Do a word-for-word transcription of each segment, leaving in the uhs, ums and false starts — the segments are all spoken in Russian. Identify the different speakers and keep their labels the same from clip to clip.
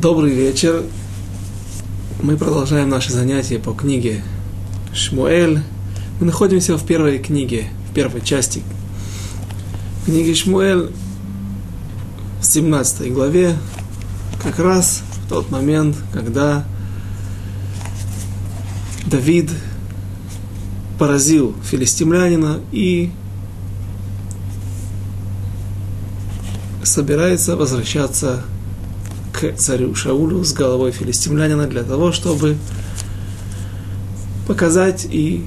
Speaker 1: Добрый вечер. Мы продолжаем наши занятия по книге Шмуэль. Мы находимся в первой книге, в первой части книги Шмуэль, в семнадцатой главе, как раз в тот момент, когда Давид поразил филистимлянина и собирается возвращаться к царю Шаулю с головой филистимлянина для того, чтобы показать и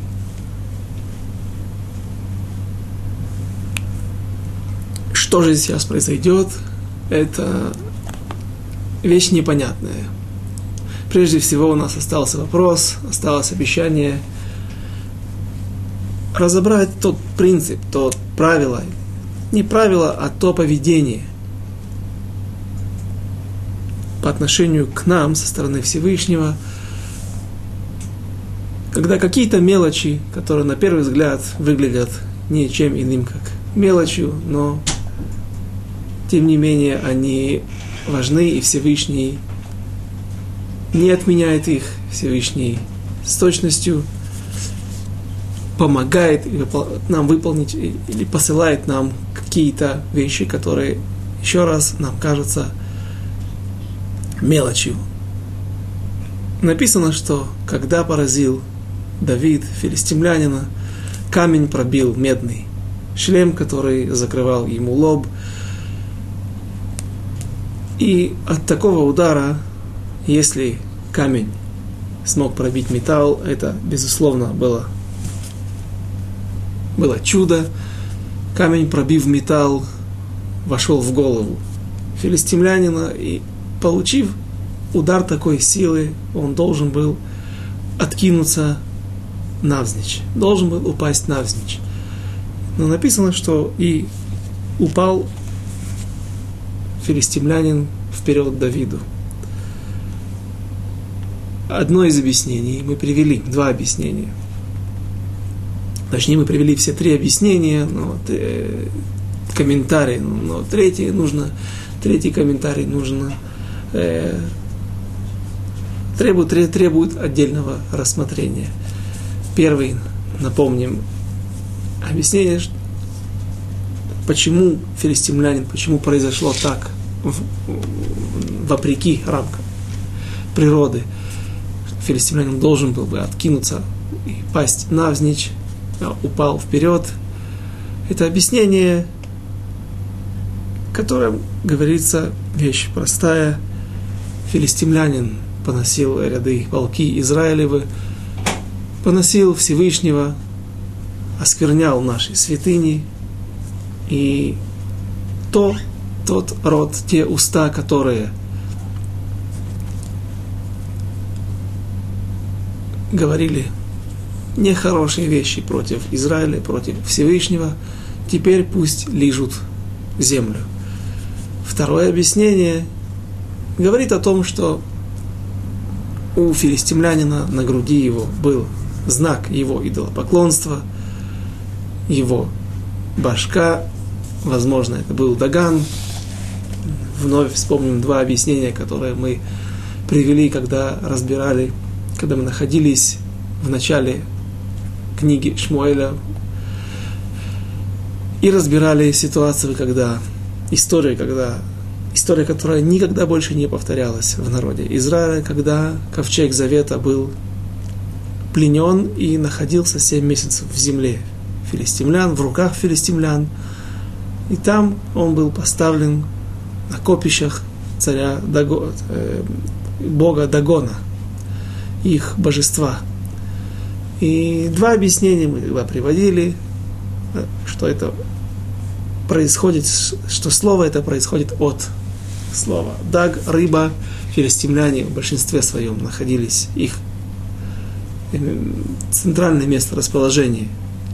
Speaker 1: что же сейчас произойдет. Это вещь непонятная. Прежде всего у нас остался вопрос, осталось обещание разобрать тот принцип, то правило, не правило, а то поведение по отношению к нам со стороны Всевышнего, когда какие-то мелочи, которые на первый взгляд выглядят ничем иным, как мелочью, но тем не менее они важны, и Всевышний не отменяет их. Всевышний с точностью помогает нам выполнить или посылает нам какие-то вещи, которые еще раз нам кажутся мелочью. Написано, что когда поразил Давид филистимлянина, камень пробил медный шлем, который закрывал ему лоб. И от такого удара, если камень смог пробить металл, это, безусловно, было, было чудо. Камень, пробив металл, вошел в голову филистимлянина, и, получив удар такой силы, он должен был откинуться навзничь, должен был упасть навзничь. Но написано, что и упал филистимлянин вперед Давиду. Одно из объяснений мы привели, два объяснения. Точнее, мы привели все три объяснения, но вот, э, комментарий, но третий нужно, третий комментарий нужно э, требует, требует отдельного рассмотрения. Первый, напомним, объяснение, почему филистимлянин, почему произошло так, вопреки рамкам природы. Филистимлянин должен был бы откинуться и пасть навзничь, а упал вперед. Это объяснение, которое говорится, вещь простая. Филистимлянин поносил ряды полки Израилевы, поносил Всевышнего, осквернял наши святыни, и то, тот род, те уста, которые говорили нехорошие вещи против Израиля, против Всевышнего, теперь пусть лижут землю. Второе объяснение говорит о том, что у филистимлянина на груди его был знак его идолопоклонства, его башка, возможно, это был Даган. Вновь вспомним два объяснения, которые мы привели, когда разбирали, когда мы находились в начале книги Шмуэля и разбирали ситуацию, когда история, когда история, которая никогда больше не повторялась в народе Израиля, когда ковчег Завета был пленен и находился семь месяцев в земле филистимлян, в руках филистимлян, и там он был поставлен на копищах царя Даго, э, бога Дагона, их божества. И два объяснения мы тогда приводили, что это происходит, что слово это происходит от слова даг, рыба. Филистимляне в большинстве своем находились, их центральное место расположения,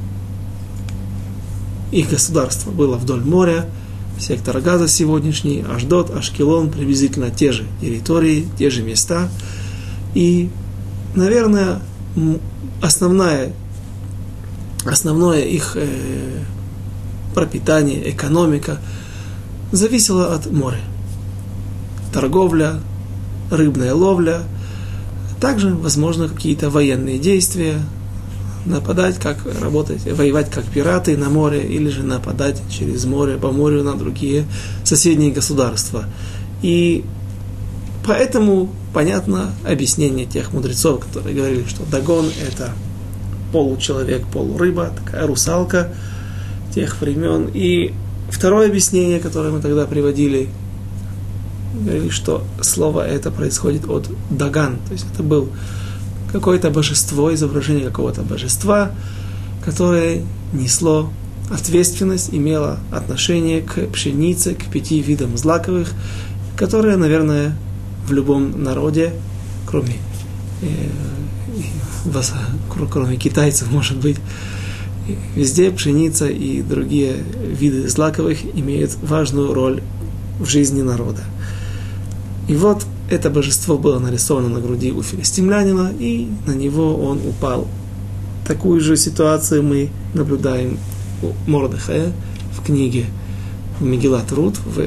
Speaker 1: их государство было вдоль моря, сектор Газа сегодняшний, Ашдод, Ашкелон, приблизительно те же территории, те же места. И, наверное, основная, основное их э, пропитание, экономика зависело от моря. Торговля, рыбная ловля, также, возможно, какие-то военные действия, нападать, как работать, воевать как пираты на море, или же нападать через море, по морю на другие соседние государства. И поэтому понятно объяснение тех мудрецов, которые говорили, что Дагон – это получеловек, полурыба, такая русалка тех времен. И второе объяснение, которое мы тогда приводили, говорили, что слово это происходит от Даган, то есть это был какое-то божество, изображение какого-то божества, которое несло ответственность, имело отношение к пшенице, к пяти видам злаковых, которые, наверное, в любом народе, кроме, э, кроме китайцев, может быть, везде пшеница и другие виды злаковых имеют важную роль в жизни народа. И вот это божество было нарисовано на груди у филистимлянина, и на него он упал. Такую же ситуацию мы наблюдаем у Мордехая в книге Мегилат Рут, в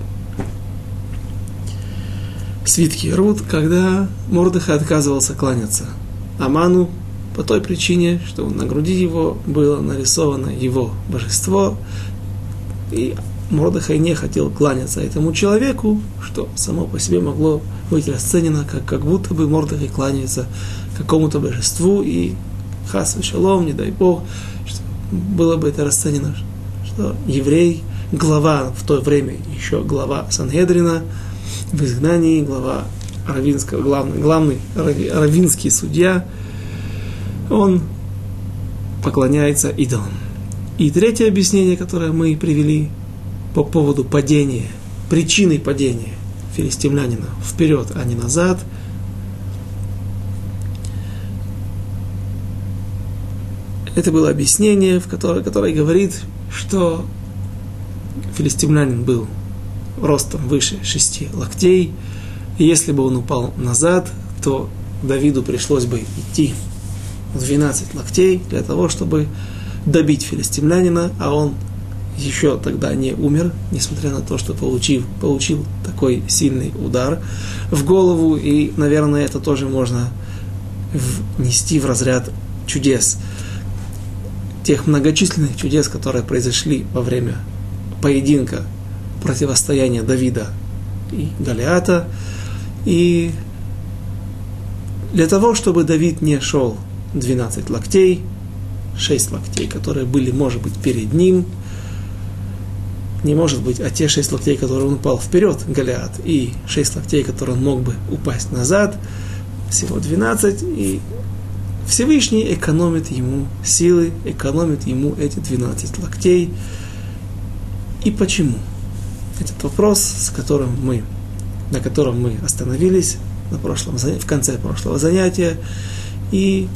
Speaker 1: свитке Рут, когда Мордехай отказывался кланяться Аману по той причине, что на груди его было нарисовано его божество, и Мордехай не хотел кланяться этому человеку, что само по себе могло быть расценено, как, как будто бы Мордехай кланяется какому-то божеству, и хас вешалом, не дай Бог, что было бы это расценено, что еврей, глава в то время, еще глава Сангедрина, в изгнании, глава равинского, главный, главный равинский судья, он поклоняется идолам. И третье объяснение, которое мы привели по поводу падения, причиной падения филистимлянина вперед, а не назад, это было объяснение, в которое, которое говорит, что филистимлянин был ростом выше шести локтей, и если бы он упал назад, то Давиду пришлось бы идти двенадцать локтей для того, чтобы добить филистимлянина, а он еще тогда не умер, несмотря на то, что получил, получил такой сильный удар в голову, и, наверное, это тоже можно внести в разряд чудес, тех многочисленных чудес, которые произошли во время поединка, противостояния Давида и Голиата. И для того, чтобы Давид не шел двенадцать локтей, шесть локтей, которые были, может быть, перед ним, не может быть, а те шесть локтей, которые он упал вперед, Голиат, и шесть локтей, которые он мог бы упасть назад, всего двенадцать, и Всевышний экономит ему силы, экономит ему эти двенадцать локтей. И почему? Этот вопрос, с которым мы, на котором мы остановились на прошлом, в конце прошлого занятия, и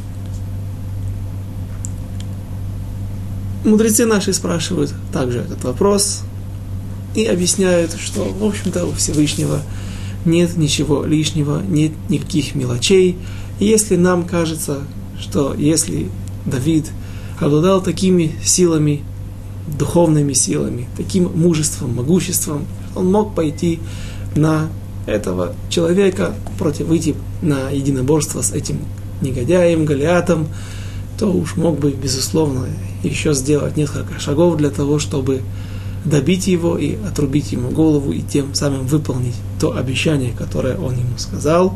Speaker 1: мудрецы наши спрашивают также этот вопрос и объясняют, что, в общем-то, у Всевышнего нет ничего лишнего, нет никаких мелочей. И если нам кажется, что если Давид обладал такими силами, духовными силами, таким мужеством, могуществом, он мог пойти на этого человека, против выйти на единоборство с этим негодяем, Голиатом, то уж мог бы, безусловно, еще сделать несколько шагов для того, чтобы добить его и отрубить ему голову, и тем самым выполнить то обещание, которое он ему сказал.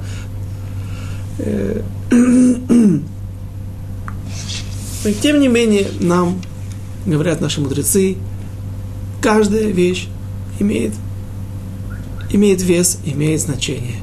Speaker 1: Но тем не менее, нам, говорят наши мудрецы, каждая вещь имеет, имеет вес, имеет значение.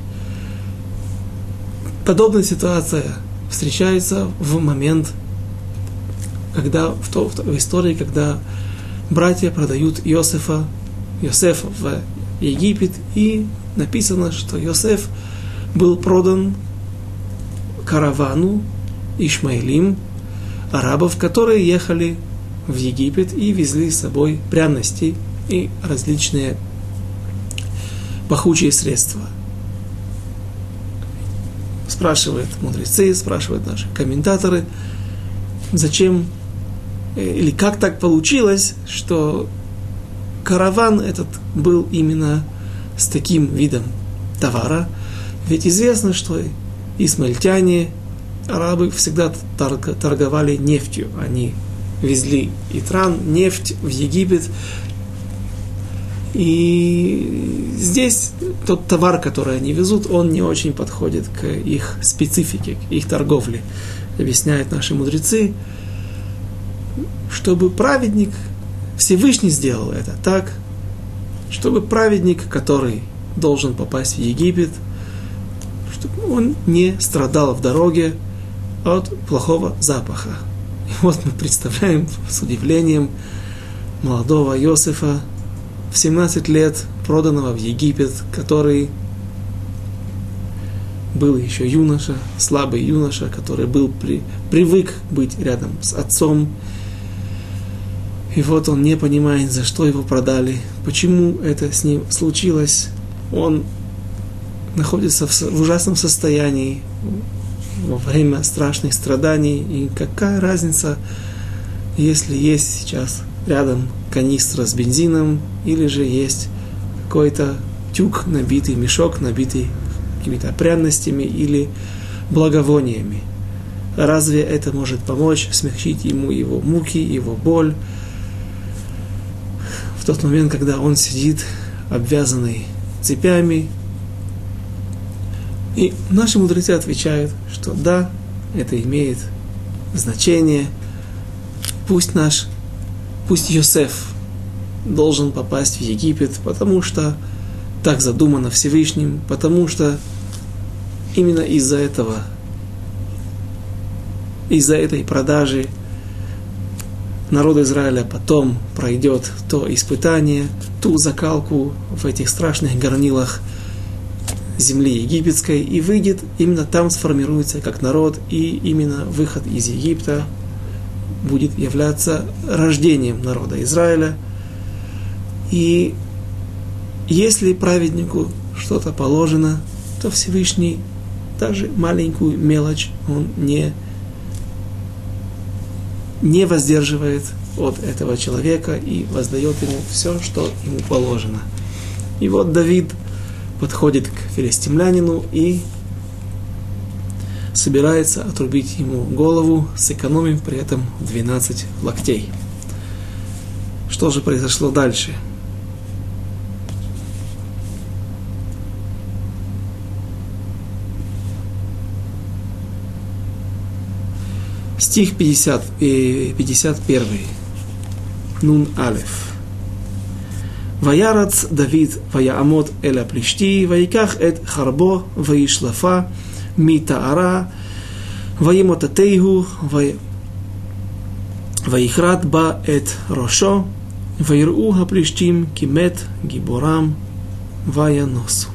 Speaker 1: Подобная ситуация встречается в момент, когда, в, то, в истории, когда братья продают Иосифа, Иосифа в Египет, и написано, что Иосиф был продан каравану Ишмаилим, арабов, которые ехали в Египет и везли с собой пряности и различные пахучие средства. Спрашивают мудрецы, спрашивают наши комментаторы, зачем или как так получилось, что караван этот был именно с таким видом товара. Ведь известно, что исмаильтяне, арабы всегда торговали нефтью. Они везли итран, нефть в Египет. И здесь тот товар, который они везут, он не очень подходит к их специфике, к их торговле. Объясняют наши мудрецы, чтобы праведник, Всевышний сделал это так, чтобы праведник, который должен попасть в Египет, чтобы он не страдал в дороге от плохого запаха. И вот мы представляем с удивлением молодого Иосифа, в семнадцать лет проданного в Египет, который был еще юноша, слабый юноша, который был при, привык быть рядом с отцом. И вот он не понимает, за что его продали, почему это с ним случилось. Он находится в, в ужасном состоянии во время страшных страданий. И какая разница, если есть сейчас рядом канистра с бензином, или же есть какой-то тюк, набитый мешок, набитый какими-то пряностями или благовониями. Разве это может помочь смягчить ему его муки, его боль в тот момент, когда он сидит обвязанный цепями? И наши мудрецы отвечают, что да, это имеет значение. Пусть наш, пусть Йосеф должен попасть в Египет, потому что так задумано Всевышним, потому что именно из-за этого, из-за этой продажи народ Израиля потом пройдет то испытание, ту закалку в этих страшных горнилах земли египетской и выйдет, именно там сформируется как народ, и именно выход из Египта будет являться рождением народа Израиля. И если праведнику что-то положено, то Всевышний даже маленькую мелочь он не, не воздерживает от этого человека и воздает ему все, что ему положено. И вот Давид подходит к филистимлянину и собирается отрубить ему голову, сэкономив при этом двенадцать локтей. Что же произошло дальше? Стих пятьдесят, пятьдесят один. Нун алеф. Ваярац Давид ваяамот эля плишти, ваиках эт харбо, ваишлафа, митаара, ваимотатейгу, ваихрат ба эт рошо, ваиру хаплиштим кимет гиборам ваяносу.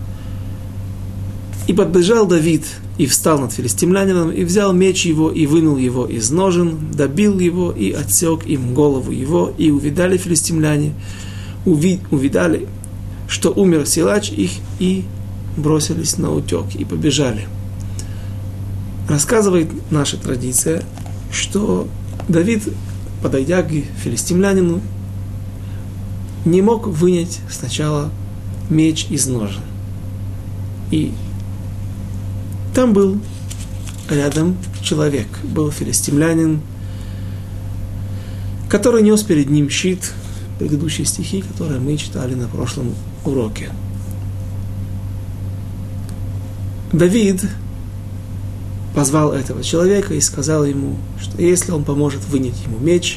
Speaker 1: И подбежал Давид, и встал над филистимлянином, и взял меч его, и вынул его из ножен, добил его, и отсек им голову его, и увидали филистимляне, уви, увидали, что умер силач их, и бросились на утек, и побежали. Рассказывает наша традиция, что Давид, подойдя к филистимлянину, не мог вынять сначала меч из ножен. И там был рядом человек, был филистимлянин, который нес перед ним щит, предыдущие стихи, которые мы читали на прошлом уроке. Давид позвал этого человека и сказал ему, что если он поможет вынять ему меч,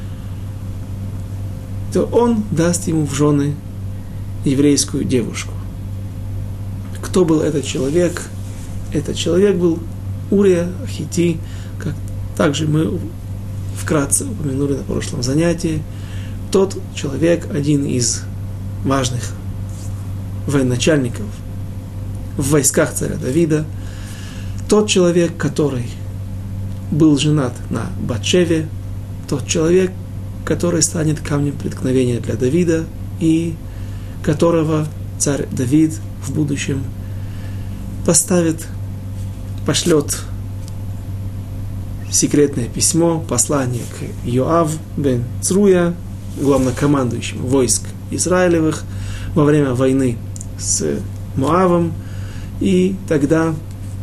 Speaker 1: то он даст ему в жены еврейскую девушку. Кто был этот человек? Этот человек был Урия Хити, как также мы вкратце упомянули на прошлом занятии. Тот человек, один из важных военачальников в войсках царя Давида, тот человек, который был женат на Батшеве, тот человек, который станет камнем преткновения для Давида и которого царь Давид в будущем поставит, пошлет секретное письмо, послание к Йоав бен Цруя, главнокомандующему войск Израилевых, во время войны с Моавом, И тогда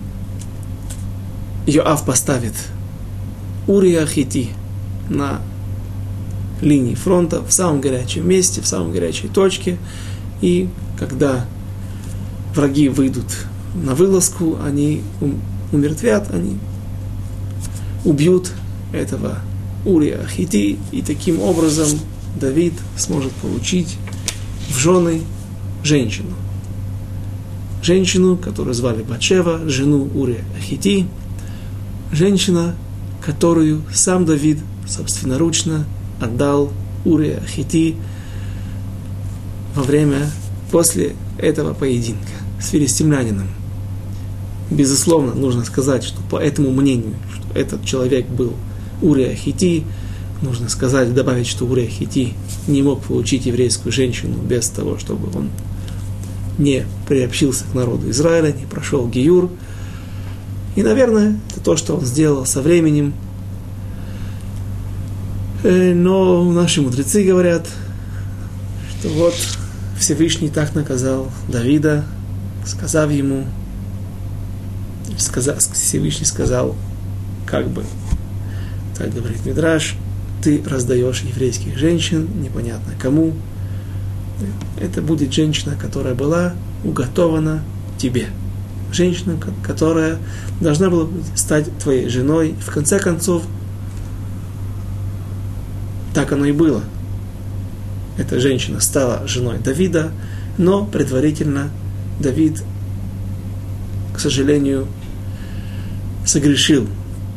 Speaker 1: Йоав поставит Урия Хити на линии фронта, в самом горячем месте, в самой горячей точке. И когда враги выйдут на вылазку, они умертвят, они убьют этого Урия Хити, и таким образом Давид сможет получить в жены женщину. Женщину, которую звали Батшева, жену Урия Хити, женщина, которую сам Давид собственноручно отдал Урия Хити во время, после этого поединка с филистимлянином. Безусловно, нужно сказать, что по этому мнению, что этот человек был Урия Хити, нужно сказать, добавить, что Урия Хити не мог получить еврейскую женщину без того, чтобы он не приобщился к народу Израиля, не прошел гиюр. И, наверное, это то, что он сделал со временем. Но наши мудрецы говорят, что вот Всевышний так наказал Давида, сказав ему, сказав, Всевышний сказал, как бы, так говорит Мидраш, ты раздаешь еврейских женщин, непонятно кому. Это будет женщина, которая была уготована тебе. Женщина, которая должна была стать твоей женой. В конце концов, так оно и было. Эта женщина стала женой Давида, но предварительно Давид, к сожалению, согрешил.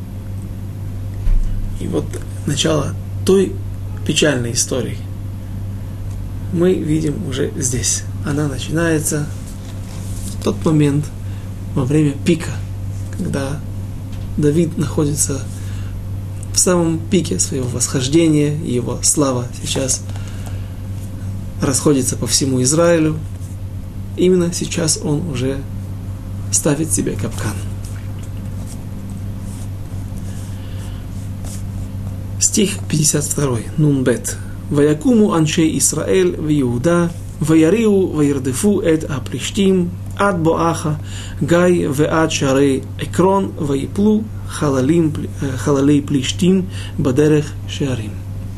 Speaker 1: И вот начало той печальной истории мы видим уже здесь. Она начинается в тот момент, во время пика, когда Давид находится в самом пике своего восхождения, и его слава сейчас расходится по всему Израилю. Именно сейчас он уже ставит себе капкан. Стих пятьдесят два. Нун-бет. «Ваякуму аншей Исраэль в Иуда, ваяриу ваирдефу эт аплиштим, ад боаха, гай веад шарей экрон, ваиплу халалей плиштим, бадерех шарим».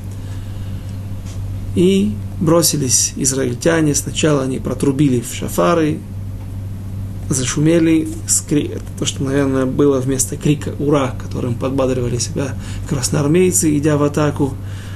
Speaker 1: И бросились израильтяне, сначала они протрубили в шафары, зашумели, то, что, наверное, было вместо крика «Ура!», которым подбадривали себя красноармейцы, идя в атаку.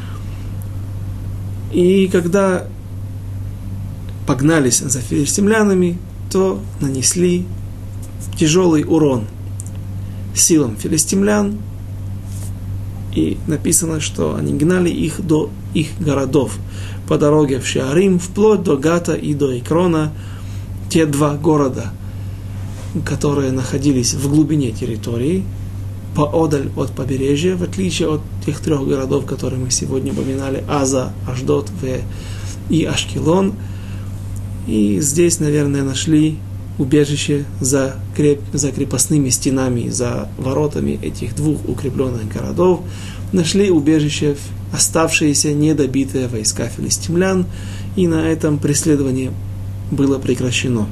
Speaker 1: И когда погнались за филистимлянами, то нанесли тяжелый урон силам филистимлян, и написано, что они гнали их до их городов по дороге в Шеарим, вплоть до Гата и до Экрона, те два города, которые находились в глубине территории, поодаль от побережья, в отличие от тех трех городов, которые мы сегодня упоминали, Аза, Ашдод и Ашкелон. И здесь, наверное, нашли убежище за, креп... за крепостными стенами, за воротами этих двух укрепленных городов. Нашли убежище оставшиеся недобитые войска филистимлян, и на этом преследование было прекращено.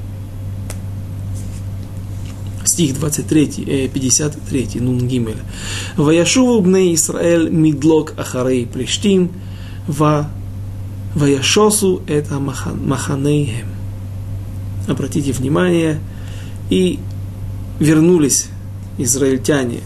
Speaker 1: Стих двадцать три, пятьдесят три, Нун Гимель. «Ваяшуву бней Исраэль мидлок ахарей плештим, ва ваяшосу это маханейхем». Обратите внимание, и вернулись израильтяне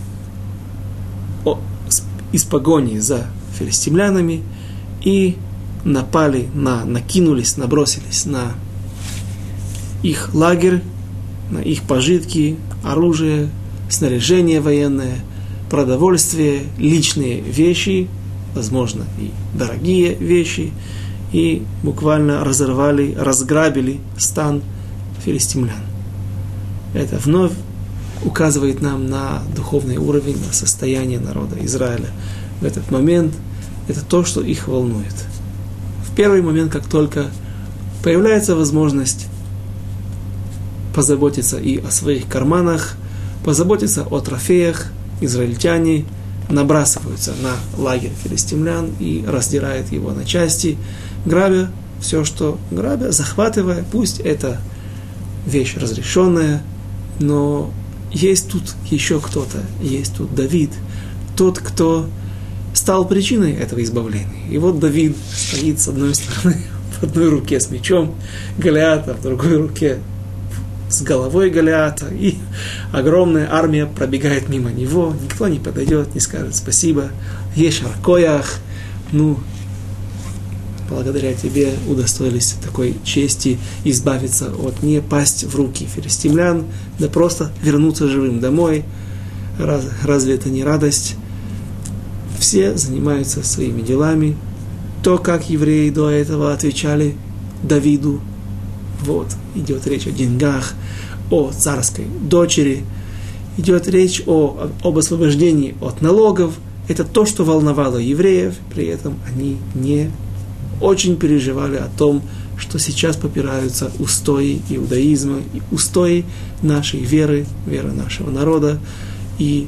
Speaker 1: из погони за филистимлянами и напали на, накинулись, набросились на их лагерь, на их пожитки, оружие, снаряжение военное, продовольствие, личные вещи, возможно, и дорогие вещи, и буквально разорвали, разграбили стан филистимлян. Это вновь указывает нам на духовный уровень, на состояние народа Израиля в этот момент. Это то, что их волнует. В первый момент, как только появляется возможность позаботиться и о своих карманах, позаботиться о трофеях, израильтяне набрасываются на лагерь филистимлян и раздирают его на части, грабя все, что грабя, захватывая, пусть это вещь разрешенная, Но есть тут еще кто-то, есть тут Давид, тот, кто стал причиной этого избавления. И вот Давид стоит с одной стороны, в одной руке с мечом Голиата, в другой руке с головой Голиата, и огромная армия пробегает мимо него, никто не подойдет, не скажет спасибо, ешар коях, ну, благодаря тебе удостоились такой чести избавиться от, не пасть в руки филистимлян, да просто вернуться живым домой. Раз, разве это не радость? Все занимаются своими делами. То, как евреи до этого отвечали Давиду, вот, идет речь о деньгах, о царской дочери, идет речь о, об освобождении от налогов. Это то, что волновало евреев, при этом они не очень переживали о том, что сейчас попираются устои иудаизма, и устои нашей веры, веры нашего народа. И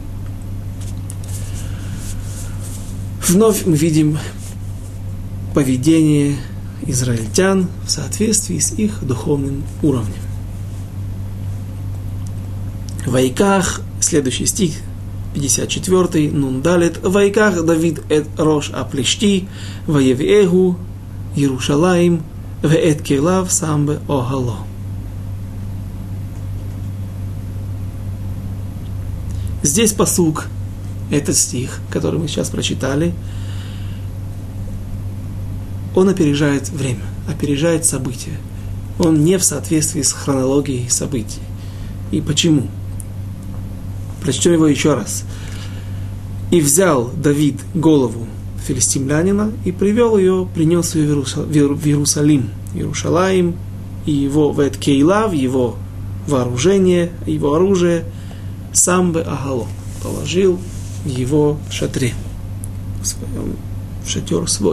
Speaker 1: вновь мы видим поведение израильтян в соответствии с их духовным уровнем. В Вайках, следующий стих, пятьдесят четвёртый, Нун Далет, Вайках Давид эт рош аплешти, ваевегу, Иерушалаим, веэт келав самбе огало. Здесь пасук, этот стих, который мы сейчас прочитали, он опережает время, опережает события. Он не в соответствии с хронологией событий. И почему? Прочтем его еще раз. «И взял Давид голову филистимлянина и привел ее, принес ее в Иерусалим, Иерушалаим, и его вет кейлав, его вооружение, его оружие, самбе агало, положил в его шатре, в своем в шатер свой».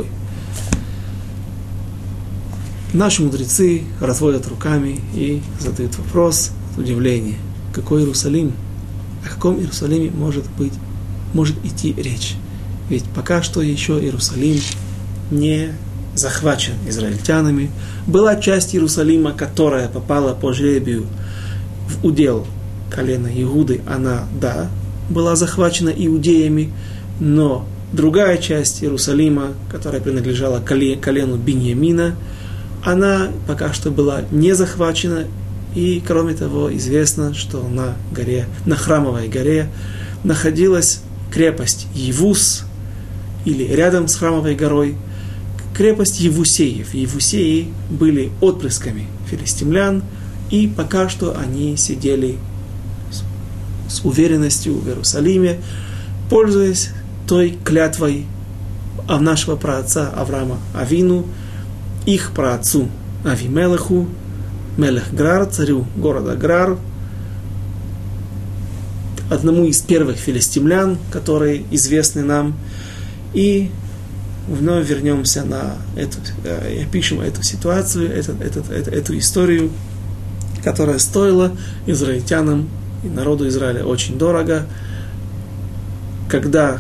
Speaker 1: Наши мудрецы разводят руками и задают вопрос от удивления. Какой Иерусалим? О каком Иерусалиме может быть, может идти речь? Ведь пока что еще Иерусалим не захвачен израильтянами. Была часть Иерусалима, которая попала по жребию в удел колена Иуды. Она, да, была захвачена иудеями, но другая часть Иерусалима, которая принадлежала колену Биньямина, она пока что была не захвачена, и, кроме того, известно, что на горе, на Храмовой горе находилась крепость Евус, или рядом с Храмовой горой, крепость Евусеев. Евусеи были отпрысками филистимлян, и пока что они сидели с уверенностью в Иерусалиме, пользуясь той клятвой нашего праотца Авраама Авину, их праотцу Авимелеху, Мелех Грар, царю города Грар, одному из первых филистимлян, которые известны нам. И вновь вернемся на эту, и опишем эту ситуацию, эту, эту, эту, эту историю, которая стоила израильтянам и народу Израиля очень дорого, когда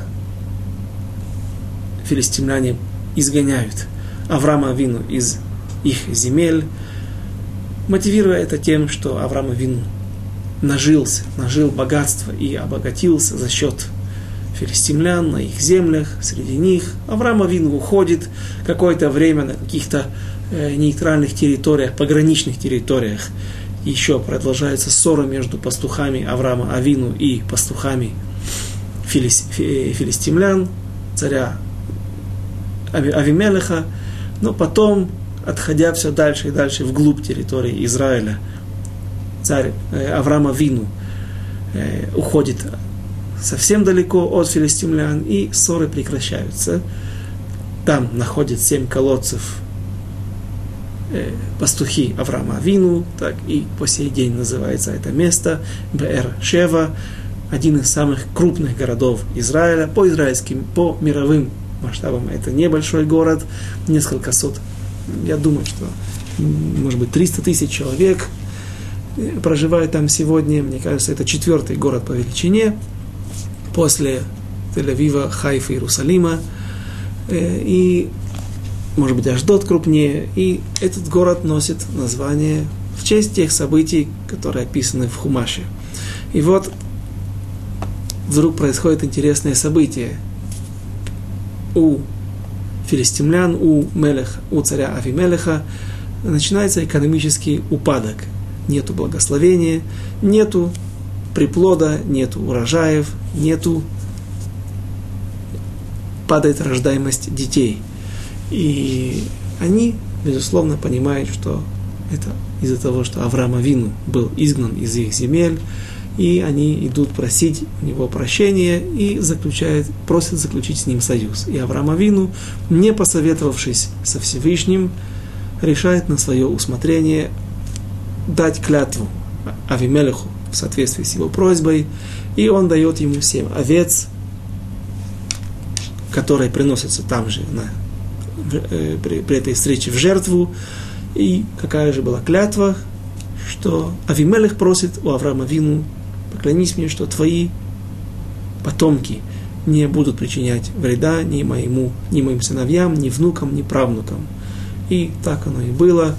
Speaker 1: филистимляне изгоняют Авраама Авину из их земель, мотивируя это тем, что Авраам Авину нажился, нажил богатство и обогатился за счет филистимлян на их землях, среди них. Авраам Авину уходит какое-то время на каких-то э, нейтральных территориях, пограничных территориях. Еще продолжается ссора между пастухами Авраама Авину и пастухами филис, фи, филистимлян, царя Авимелеха. Но потом, отходя все дальше и дальше вглубь территории Израиля, царь э, Авраам Авину э, уходит совсем далеко от филистимлян, и ссоры прекращаются. Там находят семь колодцев э, пастухи Авраама Авину, так и по сей день называется это место Беэр-Шева, один из самых крупных городов Израиля, по израильским, по мировым масштабам. Это небольшой город, несколько сот, я думаю, что, может быть, триста тысяч человек проживает там сегодня. Мне кажется, это четвертый город по величине, после Тель-Авива, Хайфа, Иерусалима, и, может быть, Ашдод крупнее. И этот город носит название в честь тех событий, которые описаны в Хумаше. И вот вдруг происходит интересное событие. У филистимлян, у Мелеха, у царя Авимелеха начинается экономический упадок. Нету благословения, нету приплода, нету урожаев, нету, падает рождаемость детей. И они, безусловно, понимают, что это из-за того, что Авраам Авину был изгнан из их земель, и они идут просить у него прощения и заключают, просят заключить с ним союз. И Авраам Авину, не посоветовавшись со Всевышним, решает на свое усмотрение дать клятву Авимелеху в соответствии с его просьбой, и он дает ему семь овец, которые приносятся там же на, э, при, при этой встрече в жертву. И какая же была клятва, что Авимелех просит у Авраама Авину: поклянись мне, что твои потомки не будут причинять вреда ни моему, ни моим сыновьям, ни внукам, ни правнукам. И так оно и было.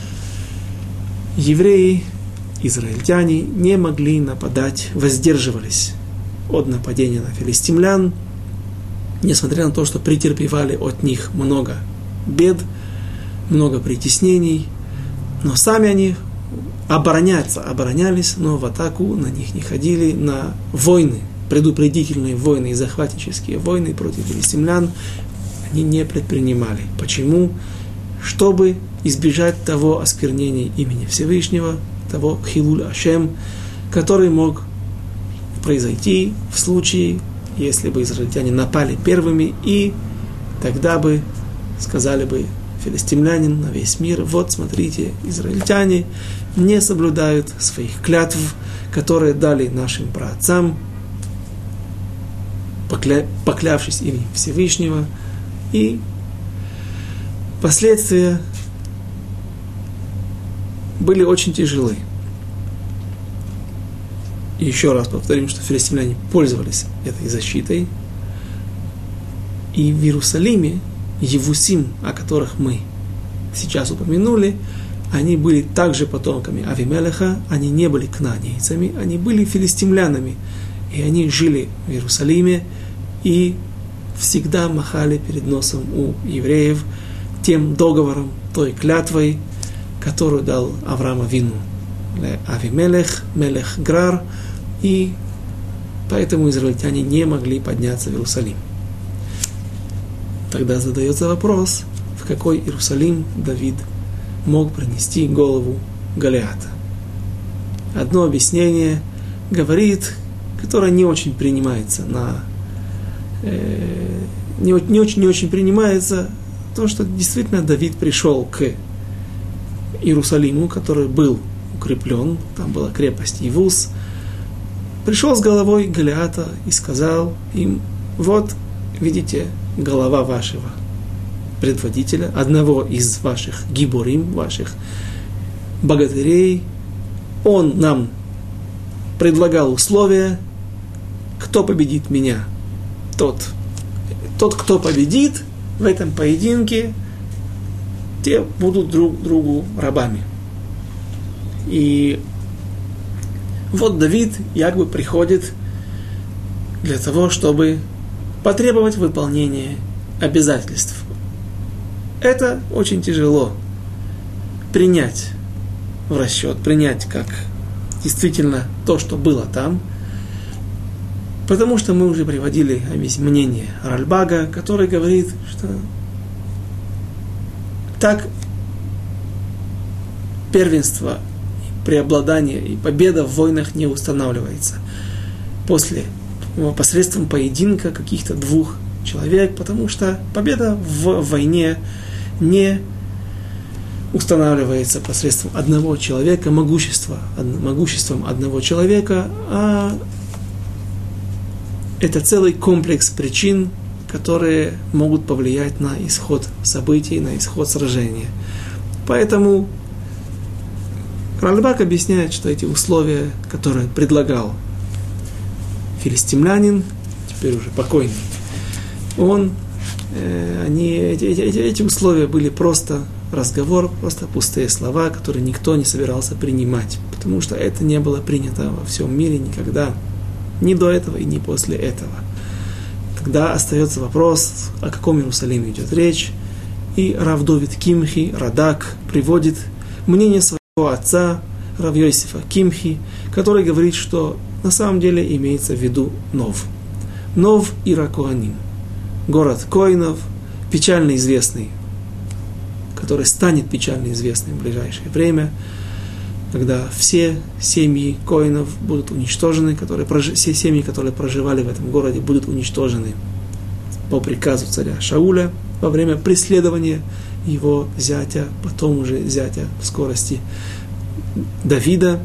Speaker 1: Евреи, израильтяне не могли нападать, воздерживались от нападения на филистимлян, несмотря на то, что претерпевали от них много бед, много притеснений, но сами они обороняться, оборонялись, но в атаку на них не ходили, на войны, предупредительные войны и захватнические войны против филистимлян они не предпринимали. Почему? Чтобы избежать того осквернения имени Всевышнего, того хилуль ашем, который мог произойти в случае, если бы израильтяне напали первыми, и тогда бы сказали бы филистимлянин на весь мир: вот смотрите, израильтяне не соблюдают своих клятв, которые дали нашим праотцам, покля... поклявшись именем Всевышнего, и последствия были очень тяжелы. И еще раз повторим, что филистимляне пользовались этой защитой. И в Иерусалиме Евусим, о которых мы сейчас упомянули, они были также потомками Авимелеха, они не были кнаанейцами, они были филистимлянами. И они жили в Иерусалиме и всегда махали перед носом у евреев тем договором, той клятвой, которую дал Авраам Авину Авимелех, Мелех Грар, и поэтому израильтяне не могли подняться в Иерусалим. Тогда задается вопрос, в какой Иерусалим Давид мог принести голову Голиата. Одно объяснение говорит, которое не очень принимается на э, не, не очень не очень принимается, то, что действительно Давид пришел к Иерусалиму, который был укреплен, там была крепость Евус, пришел с головой Голиата и сказал им: вот, видите, голова вашего предводителя, одного из ваших гиборим, ваших богатырей, он нам предлагал условия: кто победит меня, тот, тот, кто победит в этом поединке, те будут друг другу рабами. И вот Давид якобы приходит для того, чтобы потребовать выполнения обязательств. Это очень тяжело принять в расчет, принять как действительно то, что было там, потому что мы уже приводили мнение Ральбага, который говорит, что так первенство, преобладание и победа в войнах не устанавливается после, посредством поединка каких-то двух человек, потому что победа в войне не устанавливается посредством одного человека, могущества, могуществом одного человека, а это целый комплекс причин, которые могут повлиять на исход событий, на исход сражения. Поэтому Ральбаг объясняет, что эти условия, которые предлагал филистимлянин, теперь уже покойный, он, э, они, эти, эти, эти условия были просто разговор, просто пустые слова, которые никто не собирался принимать, потому что это не было принято во всем мире никогда, ни до этого и ни после этого. Тогда остается вопрос, о каком Иерусалиме идет речь, и Рав Довид Кимхи, Радак, приводит мнение своего отца, Рав Йосифа Кимхи, который говорит, что на самом деле имеется в виду Нов. Нов Ира Коаним, город Коинов, печально известный, который станет печально известным в ближайшее время, когда все семьи Коинов будут уничтожены, которые, все семьи, которые проживали в этом городе, будут уничтожены по приказу царя Шауля во время преследования его зятя, потом уже зятя в скорости Давида.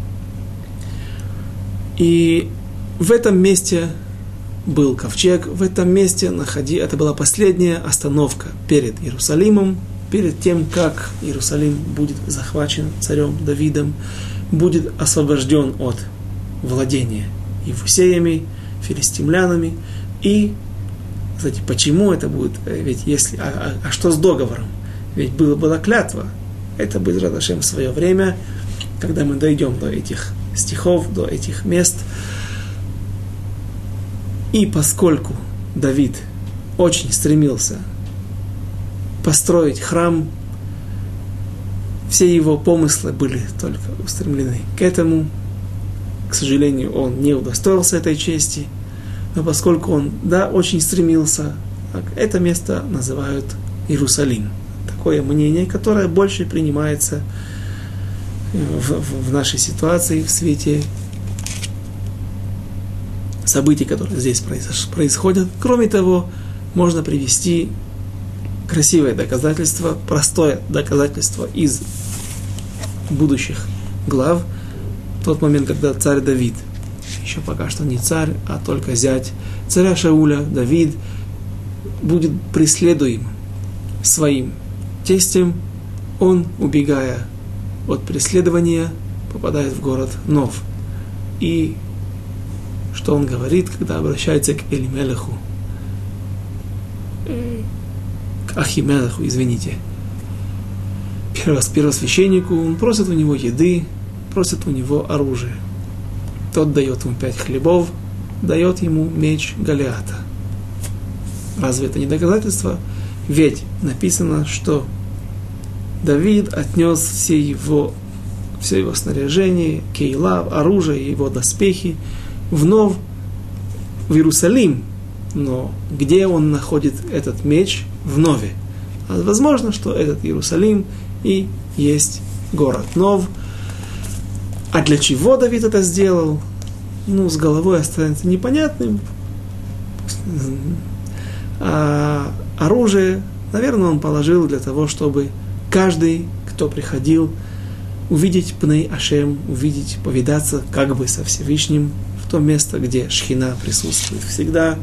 Speaker 1: И в этом месте был ковчег, в этом месте находи, это была последняя остановка перед Иерусалимом, перед тем, как Иерусалим будет захвачен царем Давидом, будет освобожден от владения Евусеями, филистимлянами. И, кстати, почему это будет? Ведь если, а, а, а что с договором? Ведь была, была клятва. Это будет Бе'эзрат Ашем в свое время, когда мы дойдем до этих стихов, до этих мест. И поскольку Давид очень стремился построить храм, все его помыслы были только устремлены к этому. К сожалению, он не удостоился этой чести, но поскольку он, да, очень стремился, это место называют Иерусалим. Такое мнение, которое больше принимается в, в, в нашей ситуации, в свете событий, которые здесь происходят. Кроме того, можно привести красивое доказательство, простое доказательство из будущих глав. Тот момент, когда царь Давид, еще пока что не царь, а только зять царя Шауля, Давид, будет преследуем своим тестем. Он, убегая от преследования, попадает в город Нов. И что он говорит, когда обращается к Элимелеху, к Ахимелеху, извините, первосвященнику, он просит у него еды, просит у него оружие. Тот дает ему пять хлебов, дает ему меч Голиата. Разве это не доказательство? Ведь написано, что Давид отнес все его, все его снаряжение, кейла, оружие, его доспехи вновь в Иерусалим. Но где он находит этот меч? В Нове. А возможно, что этот Иерусалим и есть город Нов. А для чего Давид это сделал? Ну, с головой останется непонятным. А оружие, наверное, он положил для того, чтобы каждый, кто приходил, увидеть Пней Ашем, увидеть, повидаться как бы со Всевышним в то место, где Шхина присутствует всегда,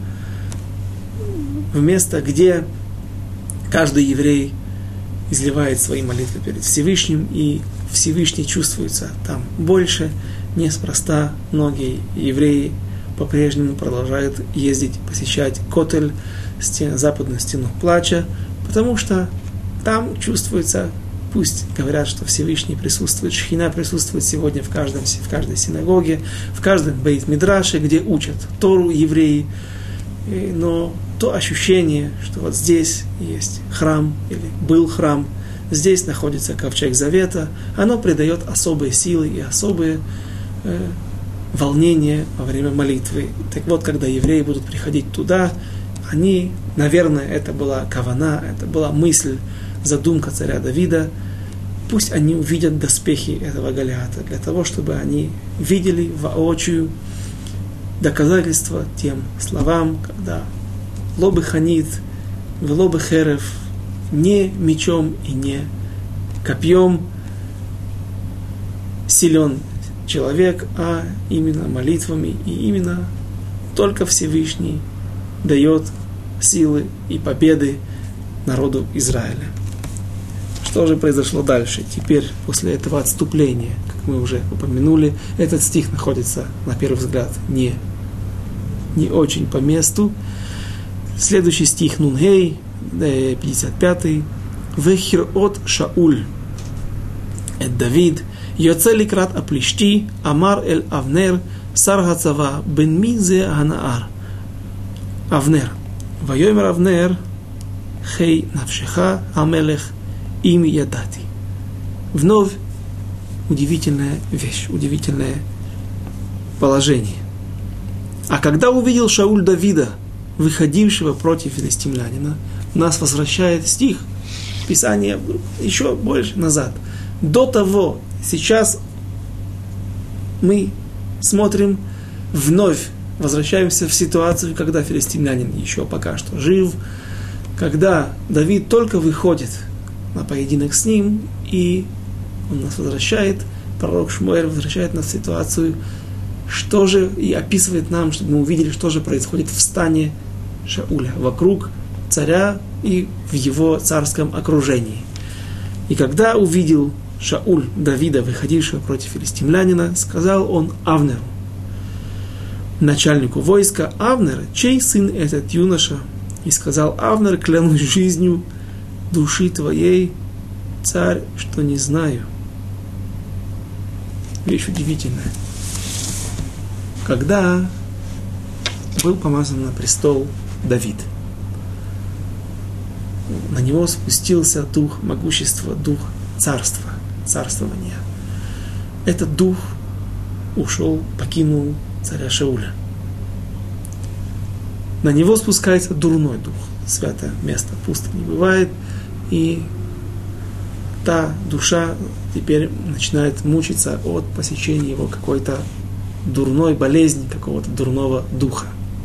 Speaker 1: в место, где каждый еврей изливает свои молитвы перед Всевышним, и Всевышний чувствуется там больше. Неспроста многие евреи по-прежнему продолжают ездить, посещать Котель, стен, западную стену плача, потому что там чувствуется, пусть говорят, что Всевышний присутствует, Шхина присутствует сегодня в, каждом, в каждой синагоге, в каждом бейт-мидраше, где учат Тору евреи, но то ощущение, что вот здесь есть храм, или был храм, здесь находится ковчег Завета, оно придает особые силы и особые э, волнения во время молитвы. Так вот, когда евреи будут приходить туда, они, наверное, это была кавана, это была мысль, задумка царя Давида, пусть они увидят доспехи этого Голиата, для того, чтобы они видели воочию доказательства тем словам, когда лобы ханит, лобы херев, не мечом и не копьем силен человек, а именно молитвами, и именно только Всевышний дает силы и победы народу Израиля. Что же произошло дальше? Теперь, после этого отступления, как мы уже упомянули, этот стих находится, на первый взгляд, не, не очень по месту. Следующий стих, Нун Гей, пятьдесят пятый. вехирот Шауль эт Давид йоце ликрат аплишти амар эль Авнер сар хацава бен ми зе ганаар Авнер вайомер Авнер хей навшеха амелех им ядати. Вновь удивительная вещь, удивительное положение. А когда увидел Шауль Давида, выходившего против филистимлянина, нас возвращает стих, Писание еще больше назад. До того, сейчас мы смотрим вновь, возвращаемся в ситуацию, когда филистимлянин еще пока что жив, когда Давид только выходит на поединок с ним, и он нас возвращает, пророк Шмуэль возвращает нас в ситуацию, что же, и описывает нам, чтобы мы увидели, что же происходит в стане Шауля, вокруг царя и в его царском окружении. И когда увидел Шауль Давида, выходившего против филистимлянина, сказал он Авнеру, начальнику войска: Авнер, чей сын этот юноша? И сказал Авнер: клянусь жизнью души твоей, царь, что не знаю. Вещь удивительная. Когда был помазан на престол Давид, на него спустился дух могущества, дух царства, царствования. Этот дух ушел, покинул царя Шауля. На него спускается дурной дух. Святое место пусто не бывает. И та душа теперь начинает мучиться от посещения его какой-то дурной болезни, какого-то дурного духа.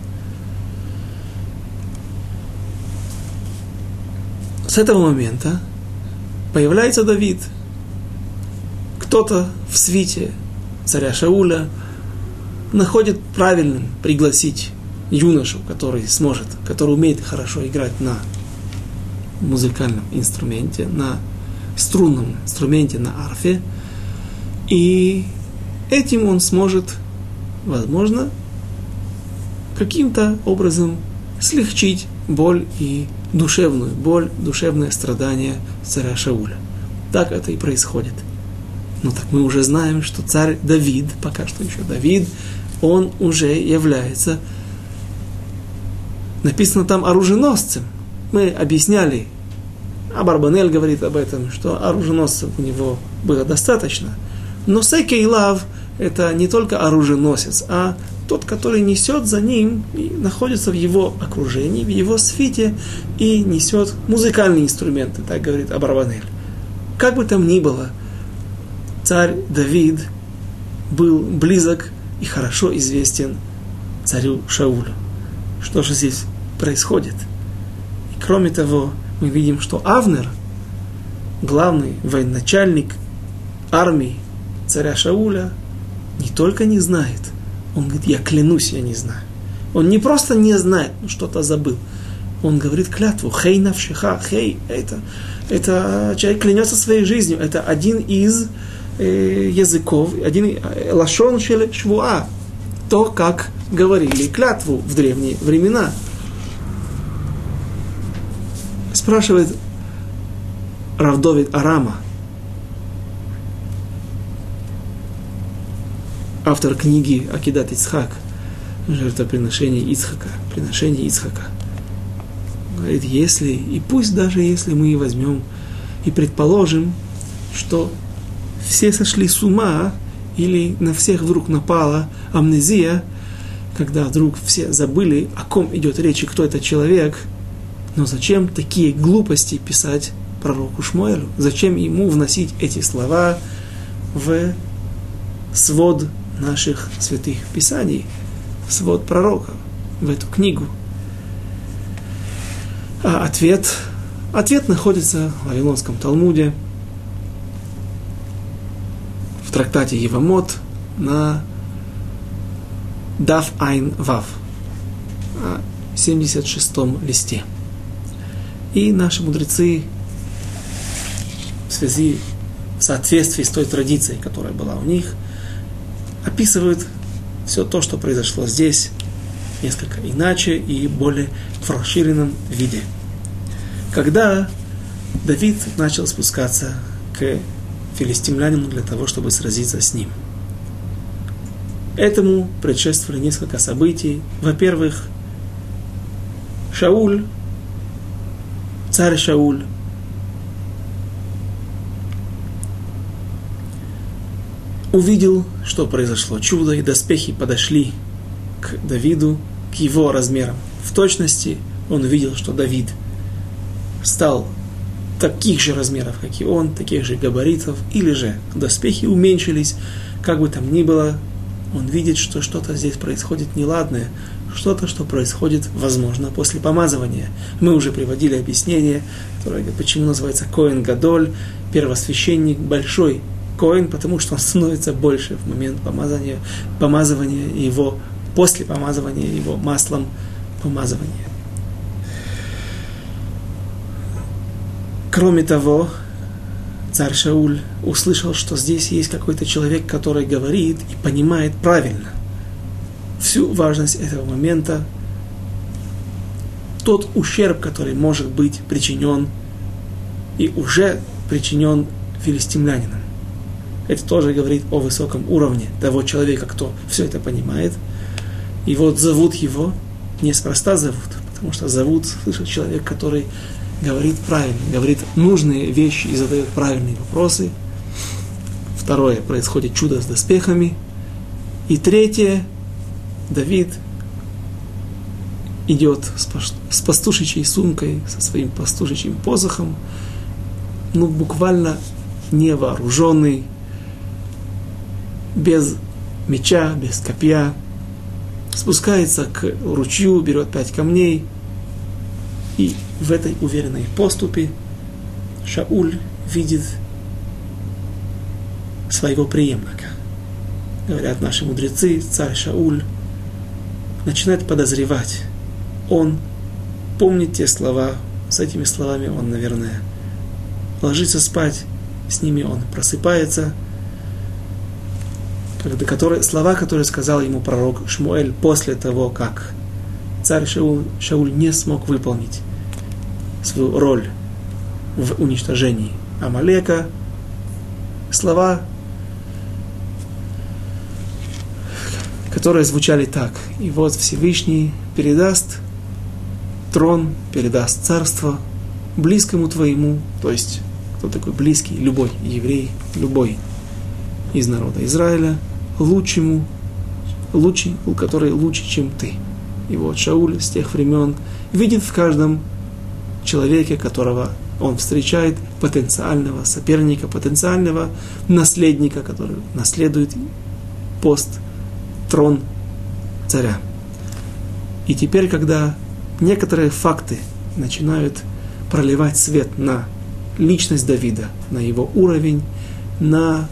Speaker 1: С этого момента появляется Давид. Кто-то в свите царя Шауля находит правильным пригласить юношу, который сможет, который умеет хорошо играть на музыкальном инструменте, на струнном инструменте, на арфе. И этим он сможет, возможно, каким-то образом смягчить боль и душевную боль, душевное страдание царя Шауля. Так это и происходит. Но так мы уже знаем, что царь Давид, пока что еще Давид, он уже является, написано там, оруженосцем. Мы объясняли, Абарбанель говорит об этом, что оруженосцев у него было достаточно. Но Секейлав – это не только оруженосец, а тот, который несет за ним и находится в его окружении, в его свите и несет музыкальные инструменты, так говорит Абарбанель. Как бы там ни было, царь Давид был близок и хорошо известен царю Шаулю. Что же здесь происходит? И кроме того, мы видим, что Авнер, главный военачальник армии царя Шауля, не только не знает, он говорит: я клянусь, я не знаю. Он не просто не знает, но что-то забыл. Он говорит клятву: хей навшиха, хей, это, это человек клянется своей жизнью. Это один из э, языков, один лашон шель швуа, то, как говорили клятву в древние времена. Спрашивает Рав Довид Арама, автор книги Акидат Ицхак, жертвоприношение Ицхака, приношение Ицхака. Говорит, если, и пусть даже если мы возьмем и предположим, что все сошли с ума, или на всех вдруг напала амнезия, когда вдруг все забыли, о ком идет речь и кто этот человек, но зачем такие глупости писать пророку Шмуэлю? Зачем ему вносить эти слова в свод наших святых писаний, в свод пророков, в эту книгу? А ответ, ответ находится в Вавилонском Талмуде, в трактате Евамот на Дав Айн Вав, на семьдесят шестом листе. И наши мудрецы в связи, в соответствии с той традицией, которая была у них, описывают все то, что произошло здесь, несколько иначе и более в расширенном виде. Когда Давид начал спускаться к филистимлянину для того, чтобы сразиться с ним. Этому предшествовали несколько событий. Во-первых, Шауль, царь Шауль, увидел, что произошло чудо, и доспехи подошли к Давиду, к его размерам. В точности он увидел, что Давид стал таких же размеров, как и он, таких же габаритов, или же доспехи уменьшились, как бы там ни было, он видит, что что-то здесь происходит неладное, что-то, что происходит, возможно, после помазывания. Мы уже приводили объяснение, которое, почему называется Коэн Гадоль, первосвященник большой Коэн, потому что он становится больше в момент помазания, помазывания его, после помазывания его маслом помазывания. Кроме того, царь Шауль услышал, что здесь есть какой-то человек, который говорит и понимает правильно всю важность этого момента, тот ущерб, который может быть причинен и уже причинен филистимлянинам. Это тоже говорит о высоком уровне того человека, кто все это понимает. И вот зовут его, неспроста зовут, потому что зовут, слышит человек, который говорит правильно, говорит нужные вещи и задает правильные вопросы. Второе, происходит чудо с доспехами. И третье, Давид идет с пастушечьей сумкой, со своим пастушечьим посохом, ну, буквально невооруженный, без меча, без копья, спускается к ручью, берет пять камней, и в этой уверенной поступе Шауль видит своего преемника. Говорят наши мудрецы, царь Шауль начинает подозревать. Он помнит те слова, с этими словами он, наверное, ложится спать, с ними он просыпается, когда, которые, слова, которые сказал ему пророк Шмуэль после того, как царь Шауль, Шауль не смог выполнить свою роль в уничтожении Амалека. Слова, которые звучали так: и вот Всевышний передаст трон, передаст царство близкому твоему, то есть кто такой близкий? Любой еврей, любой из народа Израиля, лучшему, лучший, который лучше, чем ты. И вот Шауль с тех времен видит в каждом человеке, которого он встречает, потенциального соперника, потенциального наследника, который наследует пост, трон царя. И теперь, когда некоторые факты начинают проливать свет на личность Давида, на его уровень, на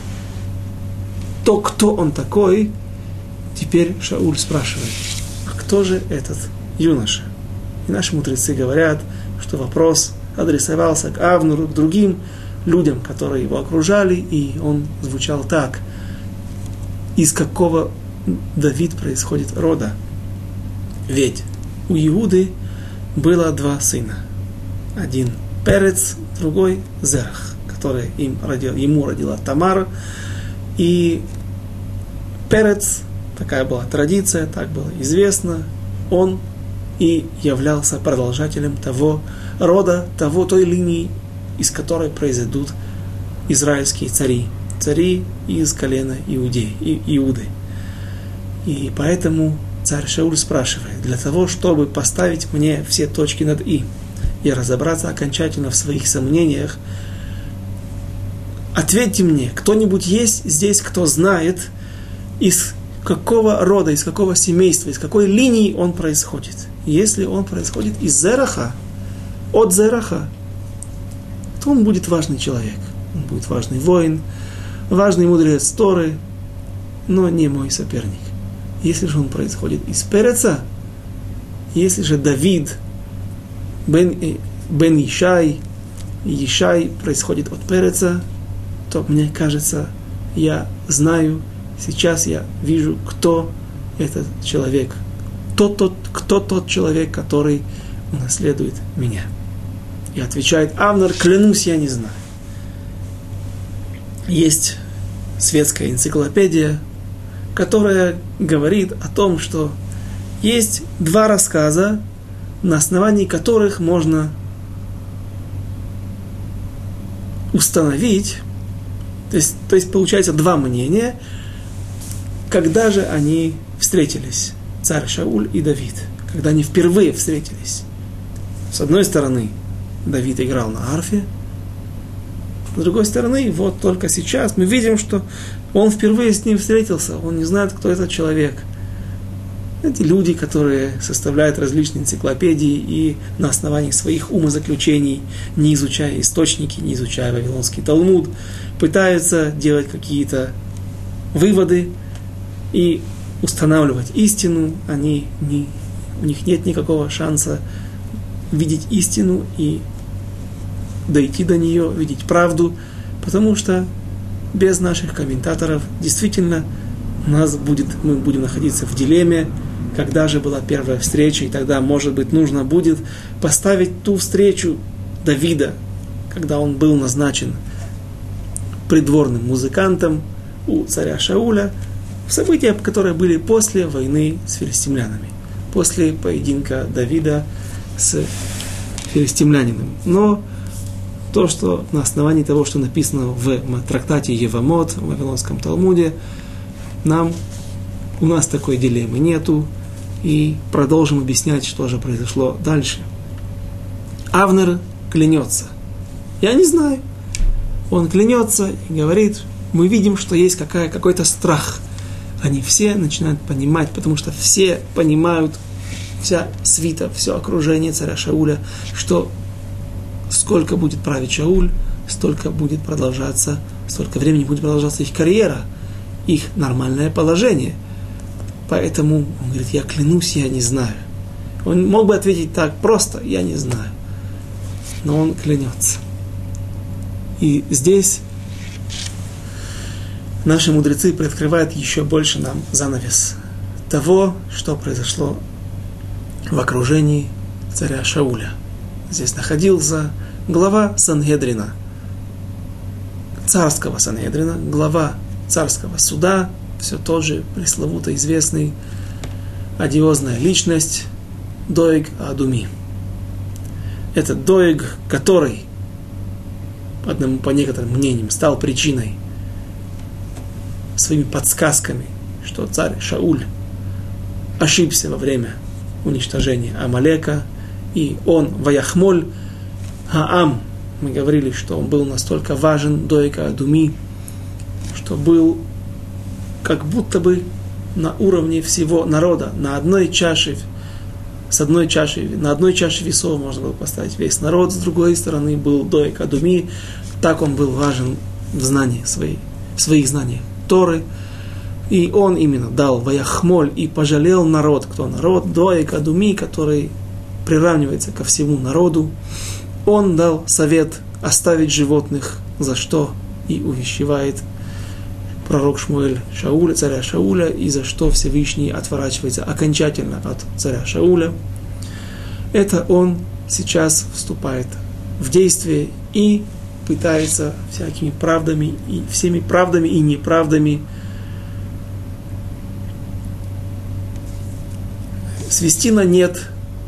Speaker 1: то, кто он такой, теперь Шауль спрашивает: а кто же этот юноша? И наши мудрецы говорят, что вопрос адресовался к Авнуру, к другим людям, которые его окружали, и он звучал так: из какого Давид происходит рода? Ведь у Иуды было два сына. Один Перец, другой Зерах, который им родил, ему родила Тамар. И Перец, такая была традиция, так было известно, он и являлся продолжателем того рода, того, той линии, из которой произойдут израильские цари, цари из колена Иудеи, и, Иуды. И поэтому царь Шауль спрашивает: для того, чтобы поставить мне все точки над «и» и разобраться окончательно в своих сомнениях, ответьте мне, кто-нибудь есть здесь, кто знает, из какого рода, из какого семейства, из какой линии он происходит? Если он происходит из Зераха, от Зераха, то он будет важный человек. Он будет важный воин, важный мудрец Торы, но не мой соперник. Если же он происходит из Переца, если же Давид, Бен, Бен Ишай, Ишай происходит от Переца, то мне кажется, я знаю, сейчас я вижу, кто этот человек, кто тот, кто тот человек, который унаследует меня. И отвечает Авнер: клянусь, я не знаю. Есть светская энциклопедия, которая говорит о том, что есть два рассказа, на основании которых можно установить, то есть, то есть получается два мнения, когда же они встретились, царь Шауль и Давид, когда они впервые встретились. С одной стороны, Давид играл на арфе, с другой стороны, вот только сейчас мы видим, что он впервые с ним встретился, он не знает, кто этот человек. Эти люди, которые составляют различные энциклопедии и на основании своих умозаключений, не изучая источники, не изучая Вавилонский Талмуд, пытаются делать какие-то выводы и устанавливать истину. Они не, у них нет никакого шанса видеть истину и дойти до нее, видеть правду, потому что без наших комментаторов действительно у нас будет, мы будем находиться в дилемме, когда же была первая встреча, и тогда, может быть, нужно будет поставить ту встречу Давида, когда он был назначен придворным музыкантом у царя Шауля, в события, которые были после войны с филистимлянами, после поединка Давида с филистимлянином. Но то, что на основании того, что написано в трактате Евамот, в Вавилонском Талмуде, нам, у нас такой дилеммы нету, и продолжим объяснять, что же произошло дальше. Авнер клянется. Я не знаю. Он клянется и говорит, мы видим, что есть какая, какой-то страх. Они все начинают понимать, потому что все понимают, вся свита, все окружение царя Шауля, что сколько будет править Шауль, столько будет продолжаться, столько времени будет продолжаться их карьера, их нормальное положение. Поэтому он говорит, я клянусь, я не знаю. Он мог бы ответить так просто, я не знаю. Но он клянется. И здесь наши мудрецы приоткрывают еще больше нам занавес того, что произошло в окружении царя Шауля. Здесь находился глава Сангедрина, царского Сангедрина, глава царского суда, все тот же пресловуто известный, одиозная личность Доег Адуми. Этот Доег, который, по, одному, по некоторым мнениям, стал причиной своими подсказками, что царь Шауль ошибся во время уничтожения Амалека, и он, Ваяхмоль Хаам, мы говорили, что он был настолько важен, Доег Адуми, что был как будто бы на уровне всего народа, на одной чаше, с одной чашей, на одной чаше весов можно было поставить весь народ, с другой стороны был Доег Адуми, так он был важен в знании своей, своих знаниях Торы, и он именно дал Ваяхмоль и пожалел народ, кто народ, Доег Адуми, который приравнивается ко всему народу, он дал совет оставить животных, за что и увещевает пророк Шмуэль Шауля, царя Шауля, и за что Всевышний отворачивается окончательно от царя Шауля. Это он сейчас вступает в действие и пытается всякими правдами, и всеми правдами и неправдами свести на нет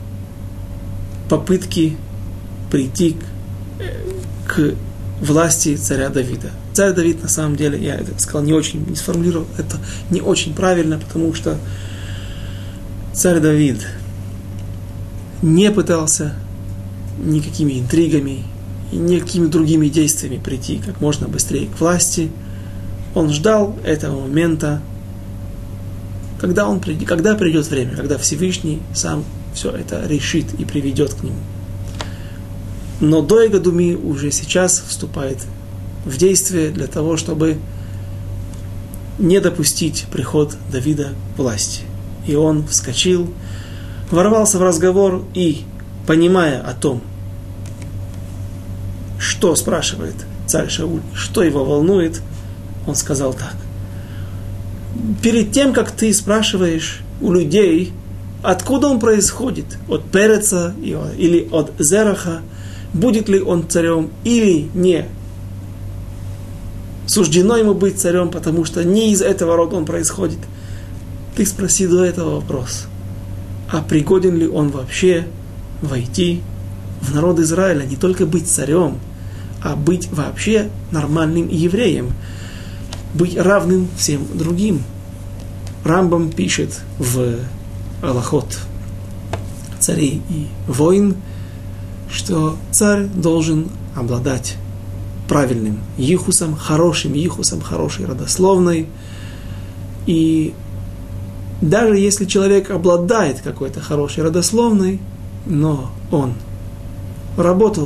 Speaker 1: попытки прийти к, к власти царя Давида. Царь Давид, на самом деле, я это сказал не очень, не сформулировал, это не очень правильно, потому что царь Давид не пытался никакими интригами и никакими другими действиями прийти как можно быстрее к власти. Он ждал этого момента, когда, он придет, когда придет время, когда Всевышний сам все это решит и приведет к нему. Но Доег Адуми уже сейчас вступает в действие для того, чтобы не допустить приход Давида к власти. И он вскочил, ворвался в разговор и, понимая о том, что спрашивает царь Шауль, что его волнует, он сказал так: перед тем, как ты спрашиваешь у людей, откуда он происходит, от Переца или от Зераха, будет ли он царем или не суждено ему быть царем, потому что не из этого рода он происходит. Ты спроси до этого вопрос. А пригоден ли он вообще войти в народ Израиля, не только быть царем, а быть вообще нормальным евреем, быть равным всем другим. Рамбам пишет в Алахот царей и войн, что царь должен обладать правильным ихусом, хорошим ихусом, хорошей родословной. И даже если человек обладает какой-то хорошей родословной, но он работал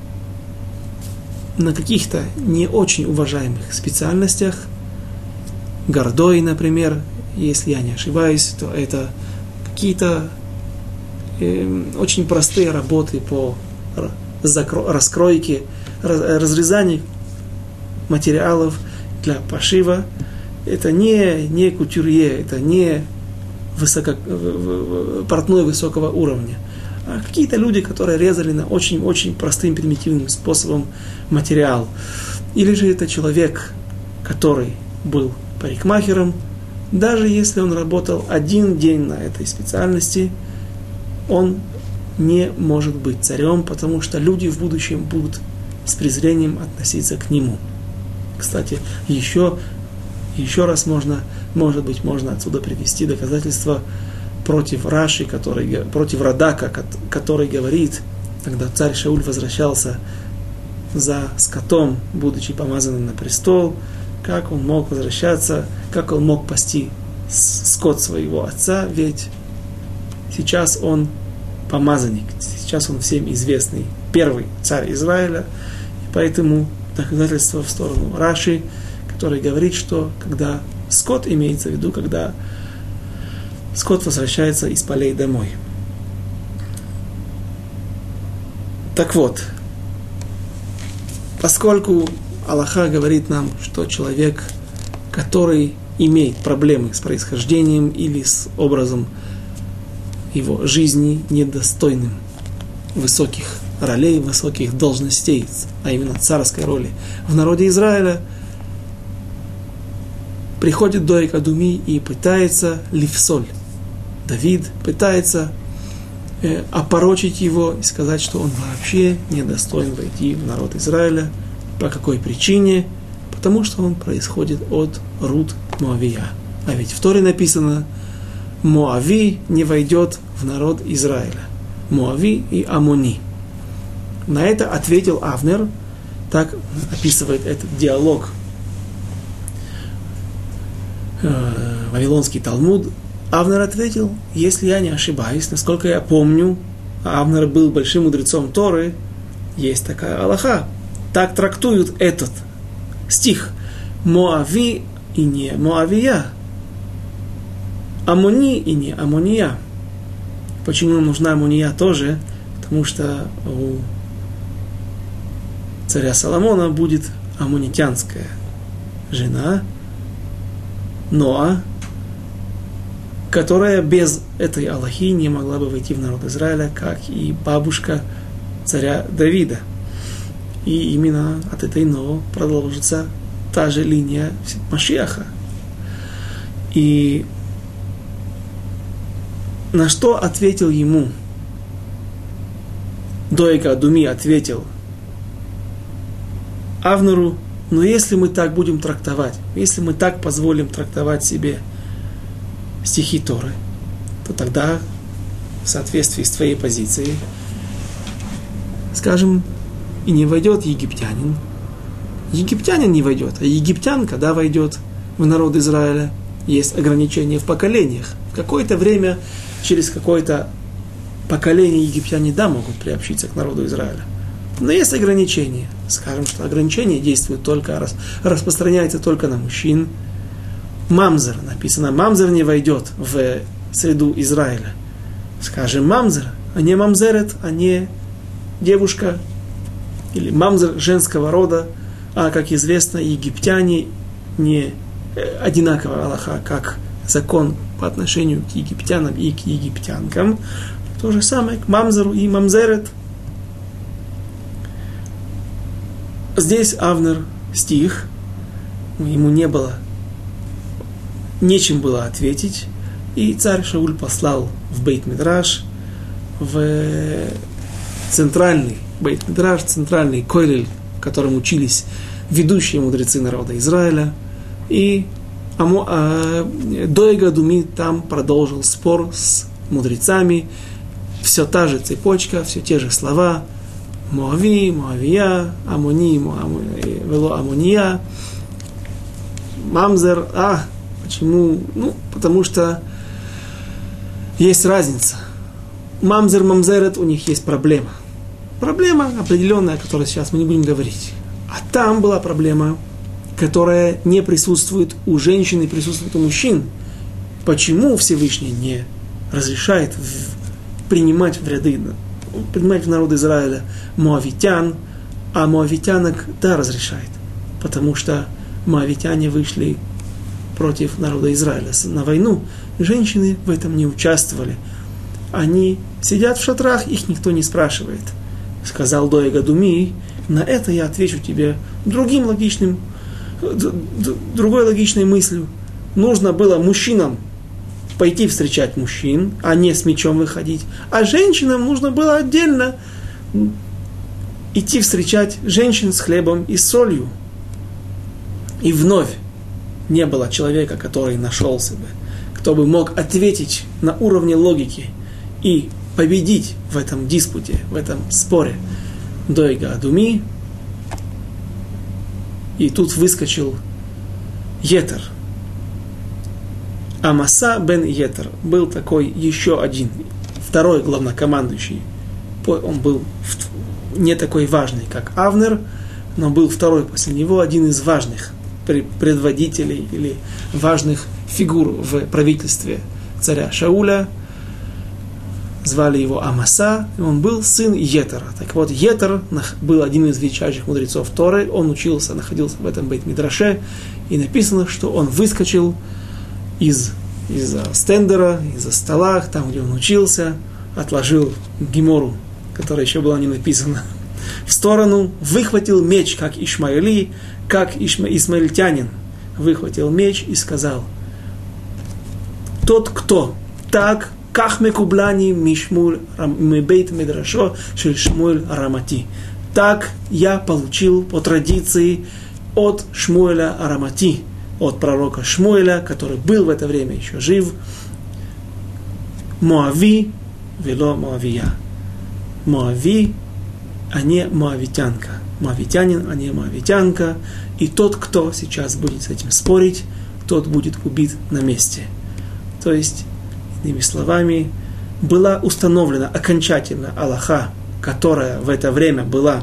Speaker 1: на каких-то не очень уважаемых специальностях, гордой, например, если я не ошибаюсь, то это какие-то э, очень простые работы по закро- раскройке, раз- разрезанию материалов для пошива. Это не, не кутюрье, это не высоко, портной высокого уровня, а какие-то люди, которые резали на очень-очень простым, примитивным способом материал. Или же это человек, который был парикмахером, даже если он работал один день на этой специальности, он не может быть царем, потому что люди в будущем будут с презрением относиться к нему. Кстати, еще, еще раз можно, может быть, можно отсюда привести доказательства против Раши, который, против Радака, который говорит, когда царь Шауль возвращался за скотом, будучи помазанным на престол, как он мог возвращаться, как он мог пасти скот своего отца, ведь сейчас он помазанник, сейчас он всем известный первый царь Израиля, и поэтому доказательство в сторону Раши, который говорит, что когда скот, имеется в виду, когда скот возвращается из полей домой. Так вот, поскольку Аллаха говорит нам, что человек, который имеет проблемы с происхождением или с образом его жизни недостойным высоких ролей, высоких должностей, а именно царской роли в народе Израиля, приходит Доeg Адуми и пытается ливсоль. Давид пытается э, опорочить его и сказать, что он вообще недостоин войти в народ Израиля. По какой причине? Потому что он происходит от Рут Моавия. А ведь в Торе написано: Моави не войдет в народ Израиля. Моави и Амони. На это ответил Авнер, так описывает этот диалог э, Вавилонский Талмуд. Авнер ответил: если я не ошибаюсь, насколько я помню, Авнер был большим мудрецом Торы, есть такая алаха. Так трактуют этот стих. Моави и не Моавия. Амони и не Амония. Почему нам нужна Амония тоже? Потому что у царя Соломона будет аммонитянская жена Ноа, которая без этой алахи не могла бы войти в народ Израиля, как и бабушка царя Давида. И именно от этой Ноа продолжится та же линия Машиаха. И на что ответил ему? Доeg Адуми ответил Авнеру: но если мы так будем трактовать, если мы так позволим трактовать себе стихи Торы, то тогда, в соответствии с твоей позицией, скажем, и не войдет египтянин. Египтянин не войдет, а египтянка, да, войдет в народ Израиля. Есть ограничения в поколениях. В какое-то время, через какое-то поколение египтяне, да, могут приобщиться к народу Израиля. Но есть ограничения. Скажем, что ограничения действуют только, распространяются только на мужчин. Мамзер, написано, мамзер не войдет в среду Израиля. Скажем, мамзер, а не мамзерет, а не девушка, или мамзер женского рода, а, как известно, египтяне не одинаковая алаха, как закон по отношению к египтянам и к египтянкам. То же самое к мамзеру и мамзерет. здесь Авнер стих, ему не было, нечем было ответить, и царь Шауль послал в Бейт-Мидраш, в центральный Бейт-Мидраш, центральный Койлель, в котором учились ведущие мудрецы народа Израиля, и Доег Адуми там продолжил спор с мудрецами, все та же цепочка, все те же слова, Моави, Моавия, Амони, Вело Амония, Мамзер, а, почему? Ну, потому что есть разница. Мамзер, Мамзерет, у них есть проблема. Проблема определенная, о которой сейчас мы не будем говорить. А там была проблема, которая не присутствует у женщин и присутствует у мужчин. Почему Всевышний не разрешает в, принимать в ряды, принимать в народ Израиля моавитян, а моавитянок да разрешает? Потому что моавитяне вышли против народа Израиля на войну. Женщины в этом не участвовали. Они сидят в шатрах, их никто не спрашивает. Сказал Доег Адуми, на это я отвечу тебе другим логичным, другой логичной мыслью. Нужно было мужчинам пойти встречать мужчин, а не с мечом выходить. А женщинам нужно было отдельно идти встречать женщин с хлебом и солью. И вновь не было человека, который нашелся бы, кто бы мог ответить на уровне логики и победить в этом диспуте, в этом споре Доега Адуми. И тут выскочил Йетер. Амаса бен Йетер был такой еще один, второй главнокомандующий. Он был не такой важный, как Авнер, но был второй после него, один из важных предводителей или важных фигур в правительстве царя Шауля. Звали его Амаса, и он был сын Йетера. Так вот, Йетер был один из величайших мудрецов Торы, он учился, находился в этом Бейт-Мидраше, и написано, что он выскочил из, из-за стендера, из-за стола, там, где он учился, отложил гемору, которая еще была не написана, в сторону, выхватил меч, как Ишмаили, как Ишма, исмаильтянин, выхватил меч и сказал: тот, кто так Ках мекублани мишмуль мебейт медрашо шель Шмуэль Арамати. Так я получил по традиции от Шмуэля Арамати, от пророка Шмуэля, который был в это время еще жив. Моави вело Моавия. Моави, а не моавитянка. Моавитянин, а не моавитянка. И тот, кто сейчас будет с этим спорить, тот будет убит на месте. То есть, иными словами, была установлена окончательно алаха, которая в это время была,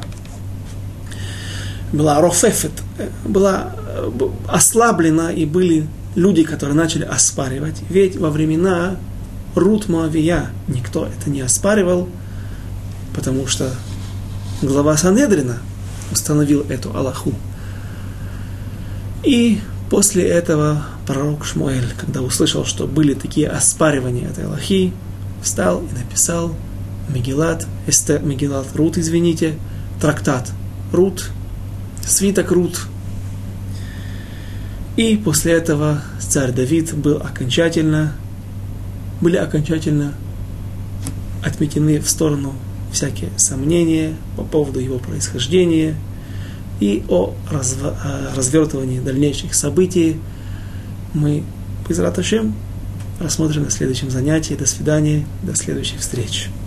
Speaker 1: была рофефет, была ослаблена, и были люди, которые начали оспаривать. Ведь во времена Рут Моавия никто это не оспаривал, потому что глава Санедрина установил эту алаху. И после этого пророк Шмуэль, когда услышал, что были такие оспаривания этой алахи, встал и написал Мегилат, Эстер, Мегилат Рут, извините, трактат Рут, свиток Рут. И после этого царь Давид был окончательно, были окончательно отметены в сторону всякие сомнения по поводу его происхождения и о развертывании дальнейших событий мы, Безрат Ашем, рассмотрим на следующем занятии. До свидания, до следующей встречи.